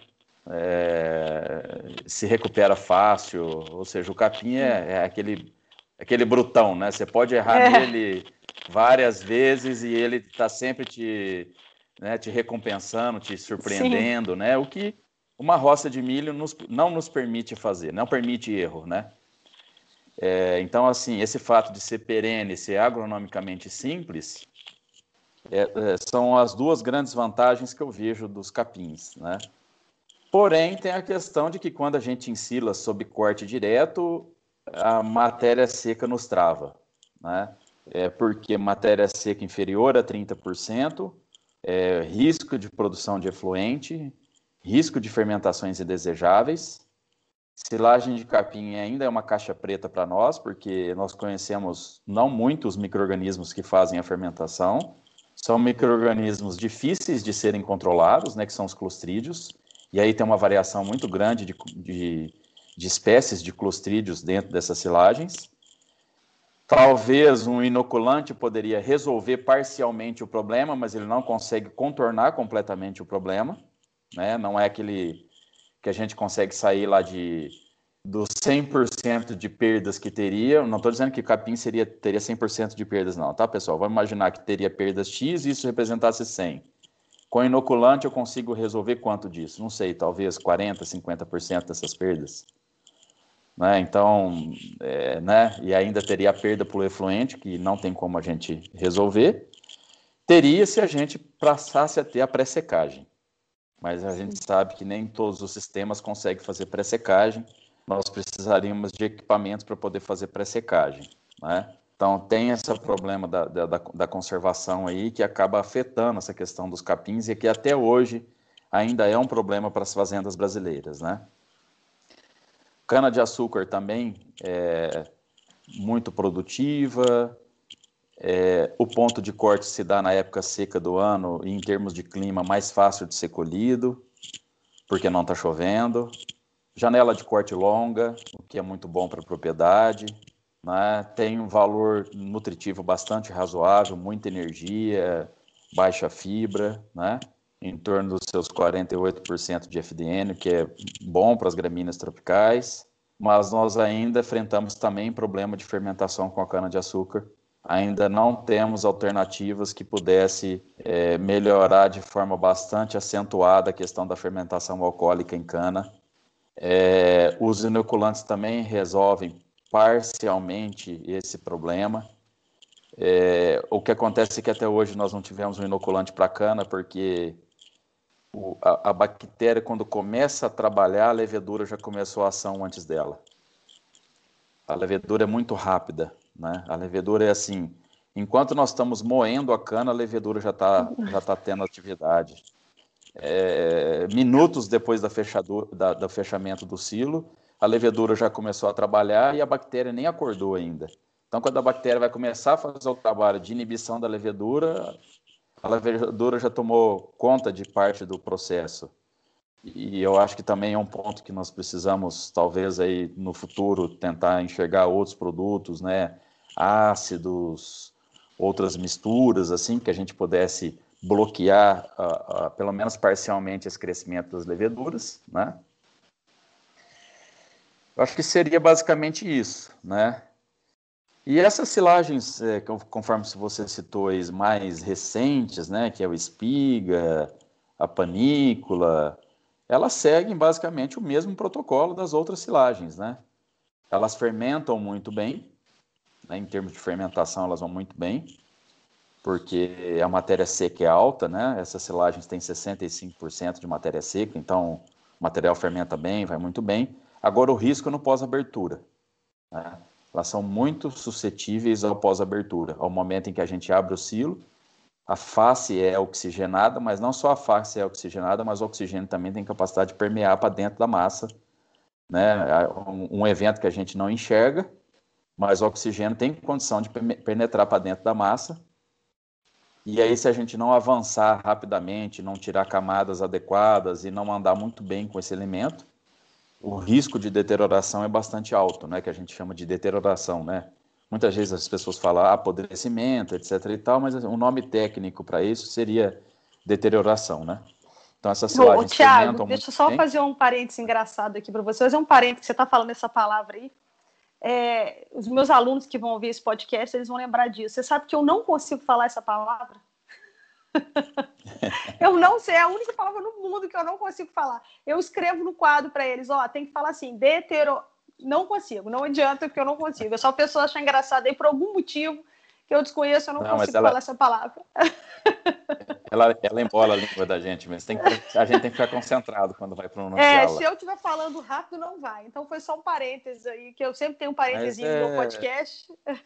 É, se recupera fácil, ou seja, o capim é, é aquele, aquele brutão, né? Você pode errar é. nele várias vezes e ele está sempre te, né, te recompensando, te surpreendendo, Sim. né? O que, uma roça de milho nos, não nos permite fazer, não permite erro, né? É, então, assim, esse fato de ser perene, ser agronomicamente simples, é, é, são as duas grandes vantagens que eu vejo dos capins, né? Porém, tem a questão de que quando a gente ensila sob corte direto, a matéria seca nos trava, né? É porque matéria seca inferior a trinta por cento, é, risco de produção de efluente, risco de fermentações indesejáveis. Silagem de capim ainda é uma caixa preta para nós, porque nós conhecemos não muito os micro-organismos que fazem a fermentação. São micro-organismos difíceis de serem controlados, né, que são os clostrídeos, e aí tem uma variação muito grande de, de, de espécies de clostrídeos dentro dessas silagens. Talvez um inoculante poderia resolver parcialmente o problema, mas ele não consegue contornar completamente o problema, né? Não é aquele que a gente consegue sair lá de dos cem por cento de perdas que teria. Não estou dizendo que capim seria, teria cem por cento de perdas não, tá, pessoal? Vamos imaginar que teria perdas X e isso representasse cem. Com inoculante eu consigo resolver quanto disso? Não sei, talvez quarenta, cinquenta por cento dessas perdas. Né? Então, é, né? E ainda teria a perda por efluente, que não tem como a gente resolver. Teria se a gente passasse a ter a pré-secagem. Mas a gente sabe que nem todos os sistemas conseguem fazer pré-secagem. Nós precisaríamos de equipamentos para poder fazer pré-secagem, né? Então, tem esse problema da, da, da conservação aí que acaba afetando essa questão dos capins e que até hoje ainda é um problema para as fazendas brasileiras, né? Cana-de-açúcar também é muito produtiva, é, o ponto de corte se dá na época seca do ano e em termos de clima mais fácil de ser colhido, porque não está chovendo. Janela de corte longa, o que é muito bom para a propriedade, né? Tem um valor nutritivo bastante razoável, muita energia, baixa fibra, né? Em torno dos seus quarenta e oito por cento de F D N, que é bom para as gramíneas tropicais, mas nós ainda enfrentamos também problema de fermentação com a cana-de-açúcar. Ainda não temos alternativas que pudesse é, melhorar de forma bastante acentuada a questão da fermentação alcoólica em cana. É, os inoculantes também resolvem parcialmente esse problema. É, o que acontece é que até hoje nós não tivemos um inoculante para cana, porque o, a, a bactéria, quando começa a trabalhar, a levedura já começou a ação antes dela. A levedura é muito rápida, né? A levedura é assim, enquanto nós estamos moendo a cana, a levedura já está já tá tendo atividade. É, minutos depois da, fechadura, da, do fechamento do silo, a levedura já começou a trabalhar e a bactéria nem acordou ainda. Então, quando a bactéria vai começar a fazer o trabalho de inibição da levedura, a levedura já tomou conta de parte do processo. E eu acho que também é um ponto que nós precisamos, talvez, aí no futuro, tentar enxergar outros produtos, né? Ácidos, outras misturas, assim, que a gente pudesse bloquear, uh, uh, pelo menos parcialmente, esse crescimento das leveduras, né? Eu acho que seria basicamente isso, né? E essas silagens, é, conforme você citou, mais recentes, né? Que é o espiga, a panícula, elas seguem basicamente o mesmo protocolo das outras silagens, né? Elas fermentam muito bem, né? Em termos de fermentação elas vão muito bem, porque a matéria seca é alta, né? Essas silagens têm sessenta e cinco por cento de matéria seca, então o material fermenta bem, vai muito bem. Agora o risco é no pós-abertura, né? Elas são muito suscetíveis ao pós-abertura, ao momento em que a gente abre o silo. A face é oxigenada, mas não só a face é oxigenada, mas o oxigênio também tem capacidade de permear para dentro da massa, né? Um evento que a gente não enxerga, mas o oxigênio tem condição de penetrar para dentro da massa. E aí, se a gente não avançar rapidamente, não tirar camadas adequadas e não andar muito bem com esse elemento, o risco de deterioração é bastante alto, né? Que a gente chama de deterioração, né? Muitas vezes as pessoas falam apodrecimento, etc e tal, mas o nome técnico para isso seria deterioração, né? Então essas silagens fermentam muito bem. Deixa eu só fazer um parênteses engraçado aqui para você. Fazer um parênteses, você está falando essa palavra aí. É, os meus alunos que vão ouvir esse podcast, eles vão lembrar disso. Você sabe que eu não consigo falar essa palavra? Eu não sei, é a única palavra no mundo que eu não consigo falar. Eu escrevo no quadro para eles, ó, tem que falar assim, detero... Não consigo, não adianta porque eu não consigo. É só a pessoa achar engraçado aí por algum motivo que eu desconheço, eu não, não consigo ela... falar essa palavra. Ela, ela embola a língua da gente, mas tem que, a gente tem que ficar concentrado quando vai pronunciá-la. É, se eu estiver falando rápido, não vai. Então foi só um parênteses aí, que eu sempre tenho um parênteses é... no podcast.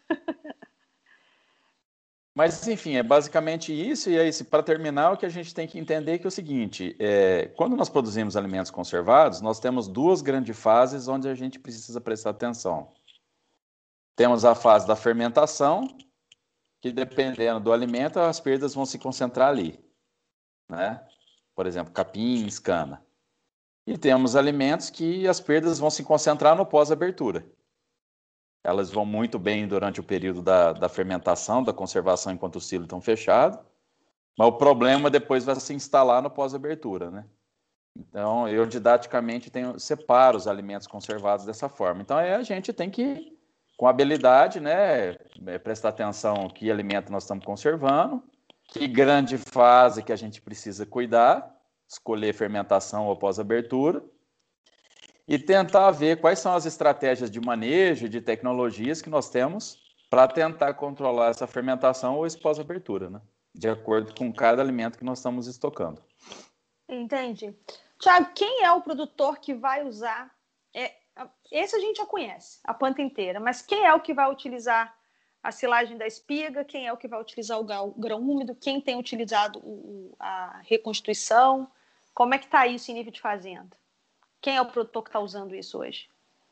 Mas, enfim, é basicamente isso. E aí, para terminar, o que a gente tem que entender é que é o seguinte, é, quando nós produzimos alimentos conservados, nós temos duas grandes fases onde a gente precisa prestar atenção. Temos a fase da fermentação, que dependendo do alimento, as perdas vão se concentrar ali, né? Por exemplo, capins, cana. E temos alimentos que as perdas vão se concentrar no pós-abertura. Elas vão muito bem durante o período da, da fermentação, da conservação, enquanto os silos estão fechados, mas o problema depois vai se instalar no pós-abertura, né? Então, eu didaticamente tenho, separo os alimentos conservados dessa forma. Então, é, a gente tem que, com habilidade, né, prestar atenção que alimento nós estamos conservando, que grande fase que a gente precisa cuidar, escolher fermentação ou pós-abertura, e tentar ver quais são as estratégias de manejo, de tecnologias que nós temos para tentar controlar essa fermentação ou esse pós-abertura, né? De acordo com cada alimento que nós estamos estocando. Entendi. Tiago, quem é o produtor que vai usar? É, esse a gente já conhece, a planta inteira, mas quem é o que vai utilizar a silagem da espiga? Quem é o que vai utilizar o grão, o grão úmido? Quem tem utilizado o, a reconstituição? Como é que está isso em nível de fazenda? Quem é o produtor que está usando isso hoje?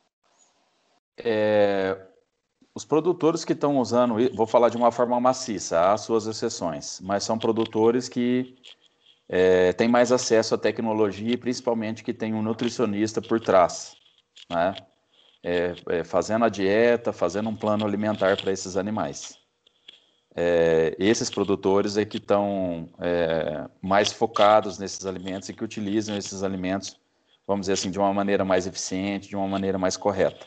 É, os produtores que estão usando, vou falar de uma forma maciça, há suas exceções, mas são produtores que é, têm mais acesso à tecnologia e principalmente que tem um nutricionista por trás, né? É, é, fazendo a dieta, fazendo um plano alimentar para esses animais. É, esses produtores é que estão é, mais focados nesses alimentos e que utilizam esses alimentos, vamos dizer assim, de uma maneira mais eficiente, de uma maneira mais correta.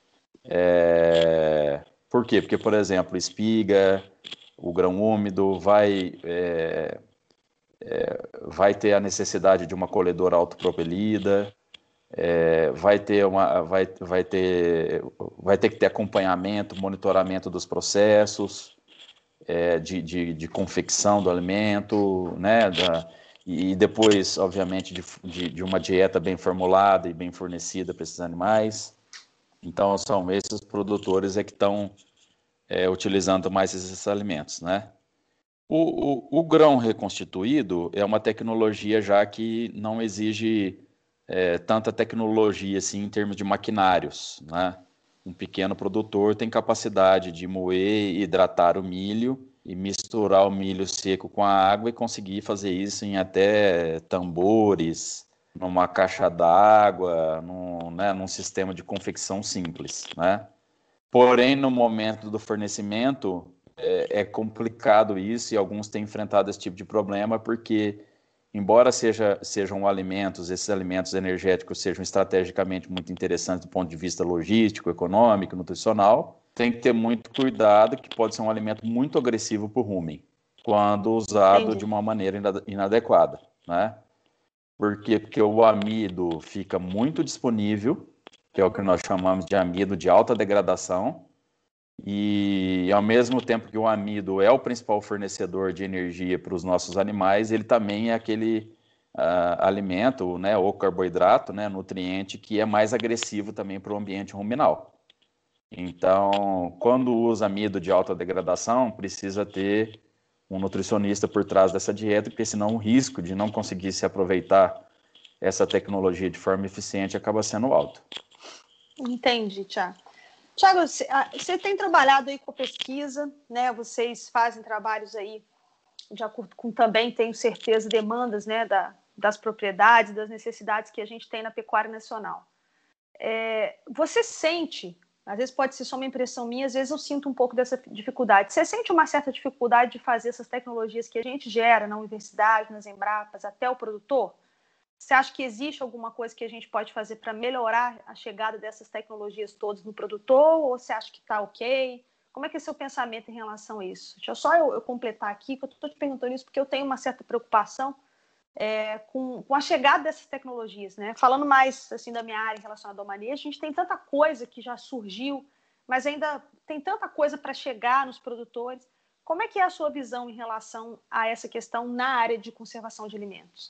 É... Por quê? Porque, por exemplo, espiga, o grão úmido vai, é... É... vai ter a necessidade de uma colhedora autopropelida, é... vai ter uma, vai, vai ter, vai ter que ter acompanhamento, monitoramento dos processos é... de, de, de confecção do alimento, né? Da... E depois, obviamente, de, de, de uma dieta bem formulada e bem fornecida para esses animais. Então, são esses produtores é que estão é, utilizando mais esses alimentos, né? O, o, o grão reconstituído é uma tecnologia já que não exige é, tanta tecnologia assim em termos de maquinários, né? Um pequeno produtor tem capacidade de moer e hidratar o milho e misturar o milho seco com a água e conseguir fazer isso em até tambores, numa caixa d'água, num, né, num sistema de confecção simples, né? Porém, no momento do fornecimento, é, é complicado isso e alguns têm enfrentado esse tipo de problema porque, embora seja, sejam alimentos, esses alimentos energéticos sejam estrategicamente muito interessantes do ponto de vista logístico, econômico, nutricional, tem que ter muito cuidado que pode ser um alimento muito agressivo para o rumen, quando usado Entendi. de uma maneira inadequada, né? Por quê? Porque o amido fica muito disponível, que é o que nós chamamos de amido de alta degradação, e ao mesmo tempo que o amido é o principal fornecedor de energia para os nossos animais, ele também é aquele uh, alimento, né, ou carboidrato, né, nutriente, que é mais agressivo também para o ambiente ruminal. Então, quando usa amido de alta degradação, precisa ter um nutricionista por trás dessa dieta, porque senão o risco de não conseguir se aproveitar essa tecnologia de forma eficiente acaba sendo alto. Entendi, Tiago. Tiago, você tem trabalhado aí com pesquisa, né? Vocês fazem trabalhos aí de acordo com também, tenho certeza, demandas, né, da, das propriedades, das necessidades que a gente tem na pecuária nacional. É, você sente, às vezes pode ser só uma impressão minha, às vezes eu sinto um pouco dessa dificuldade. Você sente uma certa dificuldade de fazer essas tecnologias que a gente gera na universidade, nas Embrapas, até o produtor? Você acha que existe alguma coisa que a gente pode fazer para melhorar a chegada dessas tecnologias todas no produtor? Ou você acha que está ok? Como é que é seu pensamento em relação a isso? Deixa eu só eu, eu completar aqui, que eu estou te perguntando isso porque eu tenho uma certa preocupação é, com, com a chegada dessas tecnologias, né? Falando mais assim da minha área relacionada ao manejo, a gente tem tanta coisa que já surgiu, mas ainda tem tanta coisa para chegar nos produtores. Como é que é a sua visão em relação a essa questão na área de conservação de alimentos?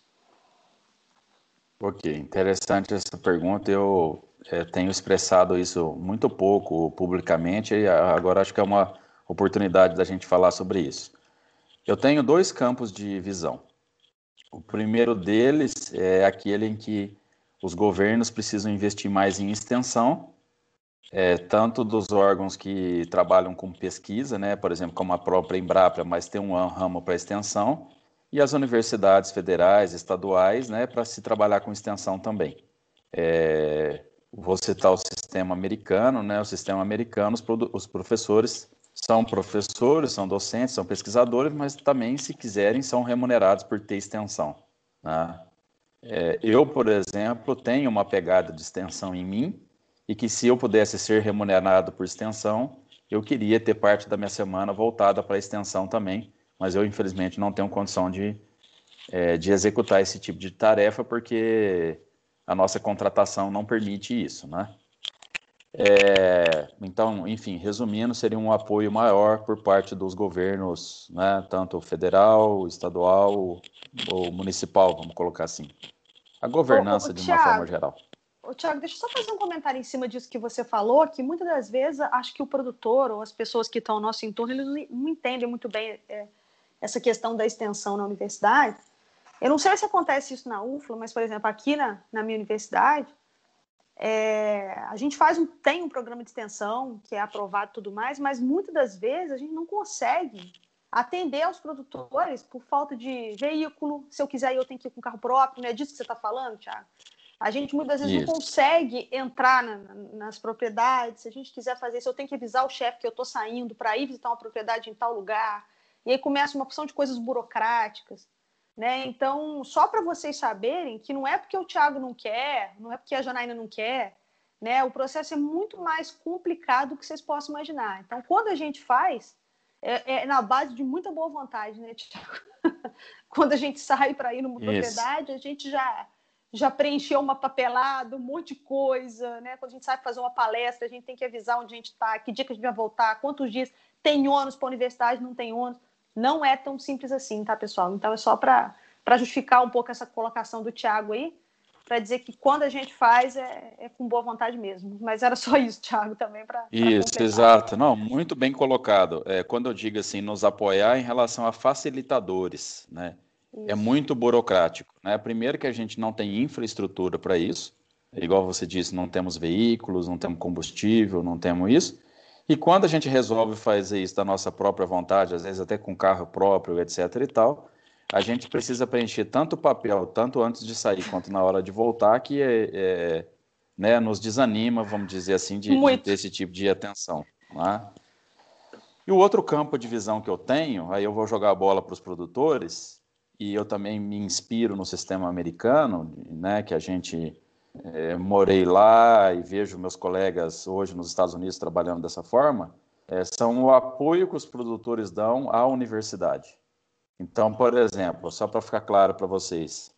Ok, interessante essa pergunta. Eu é, tenho expressado isso muito pouco publicamente e agora acho que é uma oportunidade da gente falar sobre isso. Eu tenho dois campos de visão. O primeiro deles é aquele em que os governos precisam investir mais em extensão, é, tanto dos órgãos que trabalham com pesquisa, né, por exemplo, como a própria Embrapa, mas tem um ramo para extensão, e as universidades federais, estaduais, né, para se trabalhar com extensão também. É, vou citar o sistema americano, né, o sistema americano, os, os professores são professores, são docentes, são pesquisadores, mas também, se quiserem, são remunerados por ter extensão, né? É, eu, por exemplo, tenho uma pegada de extensão em mim e que, se eu pudesse ser remunerado por extensão, eu queria ter parte da minha semana voltada para a extensão também, mas eu, infelizmente, não tenho condição de, é, de executar esse tipo de tarefa porque a nossa contratação não permite isso, né? É, então, enfim, resumindo, seria um apoio maior por parte dos governos, né, tanto federal, estadual ou municipal, vamos colocar assim. A governança Ô, ô, de uma forma Thiago, geral. ô, Thiago, deixa eu só fazer um comentário em cima disso que você falou, que muitas das vezes acho que o produtor ou as pessoas que estão ao nosso entorno, eles não entendem muito bem é, essa questão da extensão na universidade. Eu não sei se acontece isso na U F L A, mas, por exemplo, aqui na, na minha universidade, é, a gente faz um, tem um programa de extensão que é aprovado e tudo mais, mas muitas das vezes a gente não consegue atender aos produtores por falta de veículo. Se eu quiser ir, eu tenho que ir com carro próprio. Não é disso que você está falando, Thiago? A gente muitas vezes Isso. não consegue entrar na, nas propriedades. Se a gente quiser fazer isso, eu tenho que avisar o chefe que eu estou saindo para ir visitar uma propriedade em tal lugar. E aí começa uma porção de coisas burocráticas. Né? Então, só para vocês saberem que não é porque o Thiago não quer, não é porque a Janaína não quer, né? O processo é muito mais complicado do que vocês possam imaginar. Então, quando a gente faz, é, é na base de muita boa vontade, né, Thiago? Quando a gente sai para ir numa Isso. propriedade, a gente já, já preencheu uma papelada, um monte de coisa, né? Quando a gente sai fazer uma palestra, a gente tem que avisar onde a gente está, que dia que a gente vai voltar, quantos dias, tem ônus para a universidade, não tem ônus. Não é tão simples assim, tá, pessoal? Então, é só para justificar um pouco essa colocação do Thiago aí, para dizer que quando a gente faz é, é com boa vontade mesmo. Mas era só isso, Thiago, também para Isso, completar. exato. Não, muito bem colocado. É, quando eu digo assim, nos apoiar em relação a facilitadores, né? É Isso. muito burocrático, né? Primeiro que a gente não tem infraestrutura para isso, igual você disse, não temos veículos, não temos combustível, não temos isso. E quando a gente resolve fazer isso da nossa própria vontade, às vezes até com carro próprio, etc e tal, a gente precisa preencher tanto o papel, tanto antes de sair quanto na hora de voltar, que é, é, né, nos desanima, vamos dizer assim, de, de ter esse tipo de atenção. Né? E o outro campo de visão que eu tenho, aí eu vou jogar a bola para os produtores, e eu também me inspiro no sistema americano, né, que a gente... É, morei lá e vejo meus colegas hoje nos Estados Unidos trabalhando dessa forma, é, são o apoio que os produtores dão à universidade. Então, por exemplo, só para ficar claro para vocês,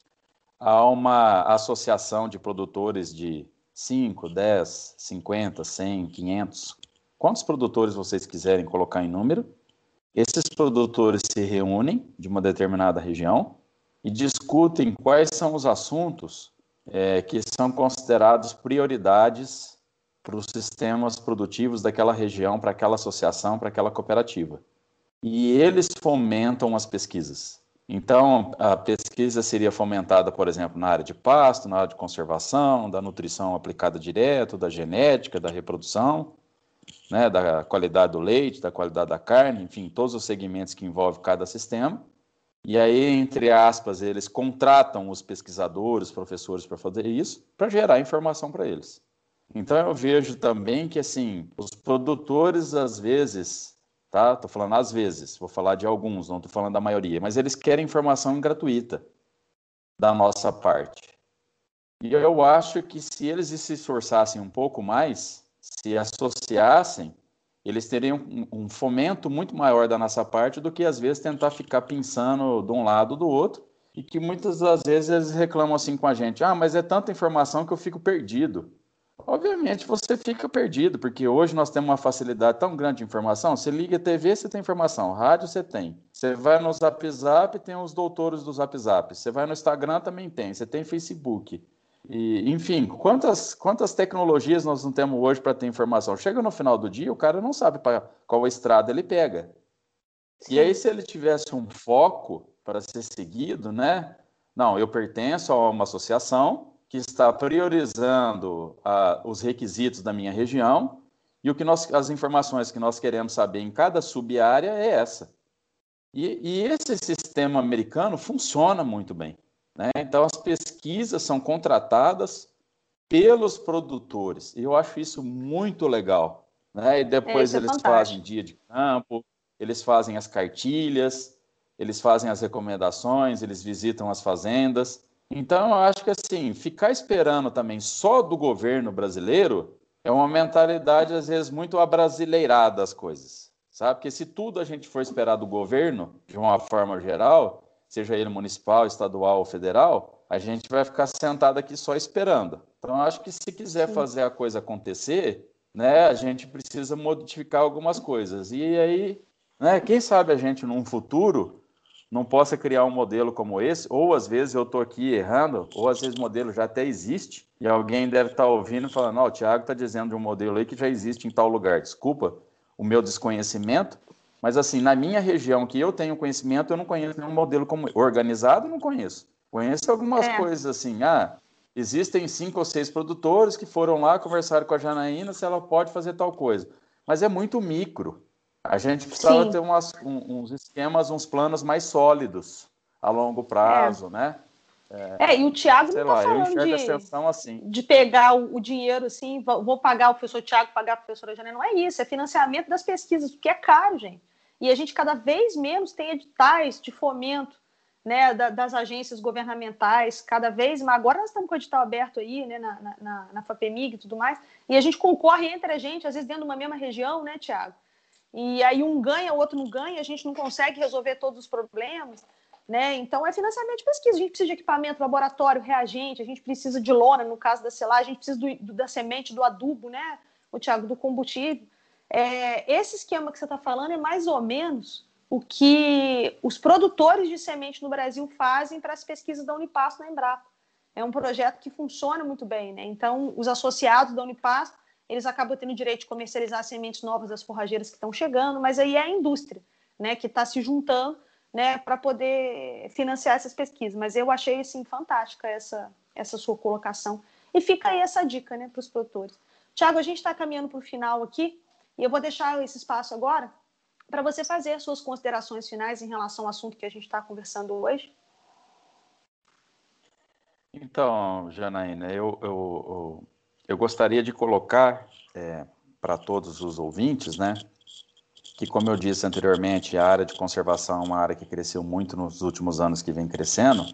há uma associação de produtores de cinco, dez, cinquenta, cem, quinhentos, quantos produtores vocês quiserem colocar em número. Esses produtores se reúnem de uma determinada região e discutem quais são os assuntos É, que são considerados prioridades para os sistemas produtivos daquela região, para aquela associação, para aquela cooperativa. E eles fomentam as pesquisas. Então, a pesquisa seria fomentada, por exemplo, na área de pasto, na área de conservação, da nutrição aplicada direto, da genética, da reprodução, né, da qualidade do leite, da qualidade da carne, enfim, todos os segmentos que envolvem cada sistema. E aí, entre aspas, eles contratam os pesquisadores, os professores para fazer isso, para gerar informação para eles. Então, eu vejo também que, assim, os produtores, às vezes, tá? Estou falando às vezes, vou falar de alguns, não estou falando da maioria, mas eles querem informação gratuita da nossa parte. E eu acho que se eles se esforçassem um pouco mais, se associassem, eles teriam um, um fomento muito maior da nossa parte do que, às vezes, tentar ficar pensando de um lado ou do outro e que muitas das vezes eles reclamam assim com a gente, ah, mas é tanta informação que eu fico perdido. Obviamente você fica perdido, porque hoje nós temos uma facilidade tão grande de informação, você liga a T V, você tem informação, rádio você tem, você vai no Zap Zap, tem os doutores do Zap Zap, você vai no Instagram também tem, você tem Facebook, e, enfim, quantas, quantas tecnologias nós não temos hoje para ter informação? Chega no final do dia, o cara não sabe para qual estrada ele pega. Sim. E aí se ele tivesse um foco para ser seguido, né? Não, eu pertenço a uma associação que está priorizando uh, os requisitos da minha região e o que nós, as informações que nós queremos saber em cada sub-área é essa. E, e esse sistema americano funciona muito bem, né? Então, as pesquisas são contratadas pelos produtores, e eu acho isso muito legal, né? E depois é, eles é fazem dia de campo, eles fazem as cartilhas, eles fazem as recomendações, eles visitam as fazendas. Então, eu acho que assim, ficar esperando também só do governo brasileiro é uma mentalidade, às vezes, muito abrasileirada das coisas, sabe? Porque se tudo a gente for esperar do governo, de uma forma geral, seja ele municipal, estadual ou federal, a gente vai ficar sentado aqui só esperando. Então, eu acho que se quiser Sim. fazer a coisa acontecer, né, a gente precisa modificar algumas coisas. E aí, né, quem sabe a gente, num futuro, não possa criar um modelo como esse, ou às vezes eu estou aqui errando, ou às vezes o modelo já até existe, e alguém deve estar ouvindo e falando, ó, oh, o Thiago está dizendo de um modelo aí que já existe em tal lugar. Desculpa o meu desconhecimento, mas assim, na minha região que eu tenho conhecimento, eu não conheço nenhum modelo como organizado, não conheço. Conheço algumas É. coisas assim, ah, existem cinco ou seis produtores que foram lá, conversaram com a Janaína se ela pode fazer tal coisa, mas é muito micro. A gente precisava Sim. ter umas, um, uns esquemas, uns planos mais sólidos a longo prazo, é. né? É, e o Thiago Sei não está lá, eu falando enxergo a de, extensão assim. de pegar o, o dinheiro assim, vou pagar o professor Thiago, pagar a professora Janaína, não é isso, é financiamento das pesquisas, porque é caro, gente. E a gente cada vez menos tem editais de fomento, né, da, das agências governamentais, cada vez mais. Agora nós estamos com o edital aberto aí, né, na, na, na FAPEMIG e tudo mais, e a gente concorre entre a gente, às vezes dentro de uma mesma região, né, Thiago? E aí um ganha, o outro não ganha, a gente não consegue resolver todos os problemas, né? Então é financiamento de pesquisa, a gente precisa de equipamento, laboratório, reagente, a gente precisa de lona, no caso da silagem, a gente precisa do, do, da semente, do adubo, né, o Thiago, do combustível. É, esse esquema que você está falando é mais ou menos o que os produtores de semente no Brasil fazem para as pesquisas da Unipasto na Embrapa. É um projeto que funciona muito bem, né? Então, os associados da Unipasto, eles acabam tendo o direito de comercializar sementes novas das forrageiras que estão chegando, mas aí é a indústria, né, que está se juntando, né, para poder financiar essas pesquisas. Mas eu achei assim fantástica essa essa sua colocação e fica aí essa dica, né, para os produtores. Thiago, a gente está caminhando para o final aqui e eu vou deixar esse espaço agora para você fazer as suas considerações finais em relação ao assunto que a gente está conversando hoje. Então, Janaína, eu, eu, eu, eu gostaria de colocar é, para todos os ouvintes, né, que, como eu disse anteriormente, a área de conservação é uma área que cresceu muito nos últimos anos, que vem crescendo,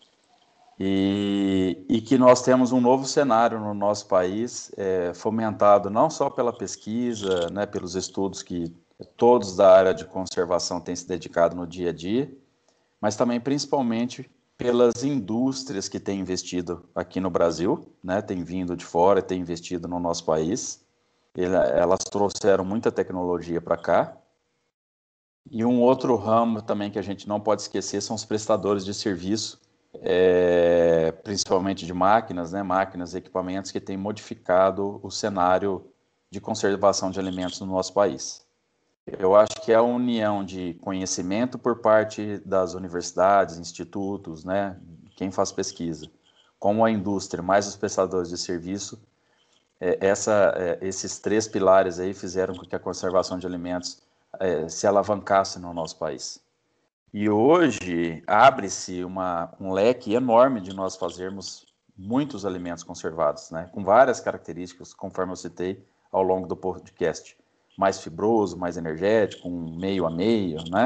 e, e que nós temos um novo cenário no nosso país, é, fomentado não só pela pesquisa, né, pelos estudos que todos da área de conservação têm se dedicado no dia a dia, mas também, principalmente, pelas indústrias que têm investido aqui no Brasil, né, têm vindo de fora, têm investido no nosso país. Elas trouxeram muita tecnologia para cá. E um outro ramo também que a gente não pode esquecer são os prestadores de serviço, é, principalmente de máquinas, né, máquinas e equipamentos que têm modificado o cenário de conservação de alimentos no nosso país. Eu acho que é a união de conhecimento por parte das universidades, institutos, né, quem faz pesquisa, como a indústria, mais os prestadores de serviço, é, essa, é, esses três pilares aí fizeram com que a conservação de alimentos é, se alavancasse no nosso país. E hoje abre-se uma, um leque enorme de nós fazermos muitos alimentos conservados, né, com várias características, conforme eu citei ao longo do podcast. Mais fibroso, mais energético, um meio a meio, né?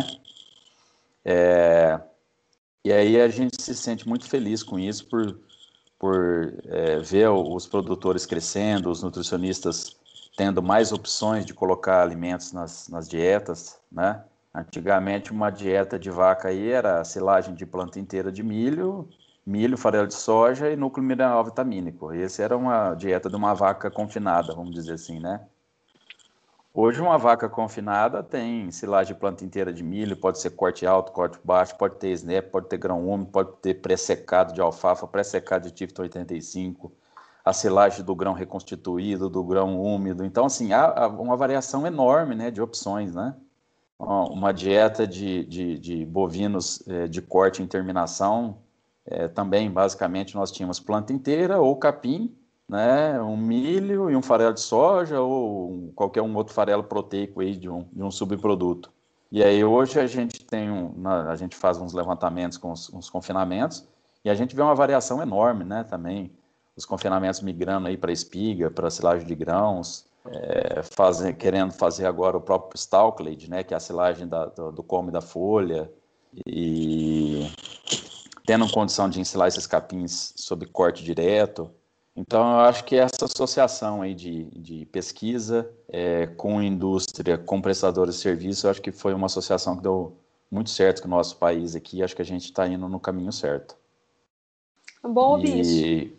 É, e aí a gente se sente muito feliz com isso, por, por é, ver os produtores crescendo, os nutricionistas tendo mais opções de colocar alimentos nas, nas dietas, né? Antigamente, uma dieta de vaca aí era silagem de planta inteira de milho, milho, farelo de soja e núcleo mineral vitamínico. Essa era uma dieta de uma vaca confinada, vamos dizer assim, né? Hoje, uma vaca confinada tem silagem de planta inteira de milho, pode ser corte alto, corte baixo, pode ter snap, pode ter grão úmido, pode ter pré-secado de alfafa, pré-secado de Tifton oitenta e cinco, a silagem do grão reconstituído, do grão úmido. Então, assim, há uma variação enorme, né, de opções, né? Uma dieta de, de, de bovinos é, de corte em terminação, é, também, basicamente, nós tínhamos planta inteira ou capim, né, um milho e um farelo de soja ou um, qualquer um outro farelo proteico aí de um, de um subproduto. E aí hoje a gente tem um, a gente faz uns levantamentos com os, uns confinamentos e a gente vê uma variação enorme, né, também, os confinamentos migrando aí para espiga, para silagem de grãos, É, fazer, querendo fazer agora o próprio Stalkley, né, que é a silagem da, do, do come da folha, e tendo condição de ensilar esses capins sob corte direto. Então, eu acho que essa associação aí de, de pesquisa é, com indústria, com prestadores de serviço, eu acho que foi uma associação que deu muito certo com o nosso país aqui, acho que a gente está indo no caminho certo. Bom ouvir isso. E...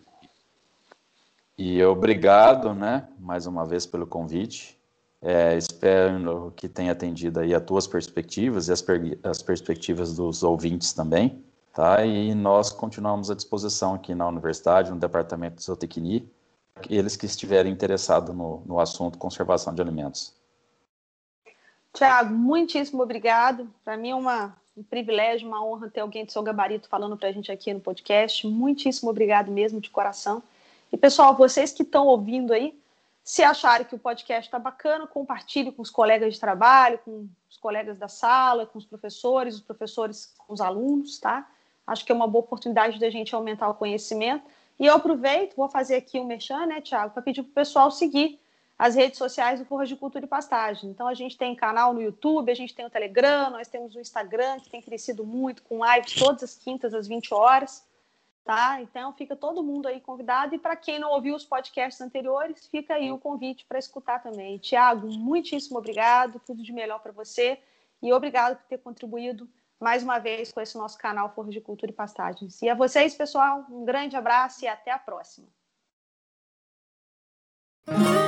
E obrigado, né, mais uma vez pelo convite. É, espero que tenha atendido aí as tuas perspectivas e as, per as perspectivas dos ouvintes também, tá? E nós continuamos à disposição aqui na universidade, no departamento de zootecnia, eles que estiverem interessados no, no assunto conservação de alimentos. Tiago, muitíssimo obrigado. Para mim é uma, um privilégio, uma honra ter alguém do seu gabarito falando para a gente aqui no podcast. Muitíssimo obrigado mesmo, de coração. E, pessoal, vocês que estão ouvindo aí, se acharem que o podcast está bacana, compartilhe com os colegas de trabalho, com os colegas da sala, com os professores, os professores com os alunos, tá? Acho que é uma boa oportunidade da gente aumentar o conhecimento. E eu aproveito, vou fazer aqui o merchan, né, Tiago, para pedir para o pessoal seguir as redes sociais do Forragicultura e Pastagem. Então, a gente tem canal no YouTube, a gente tem o Telegram, nós temos o Instagram, que tem crescido muito, com lives todas as quintas, às vinte horas. Tá? Então, fica todo mundo aí convidado. E para quem não ouviu os podcasts anteriores, fica aí o convite para escutar também. Tiago, muitíssimo obrigado, tudo de melhor para você. E obrigado por ter contribuído mais uma vez com esse nosso canal Forragicultura e Pastagens. E a vocês, pessoal, um grande abraço e até a próxima.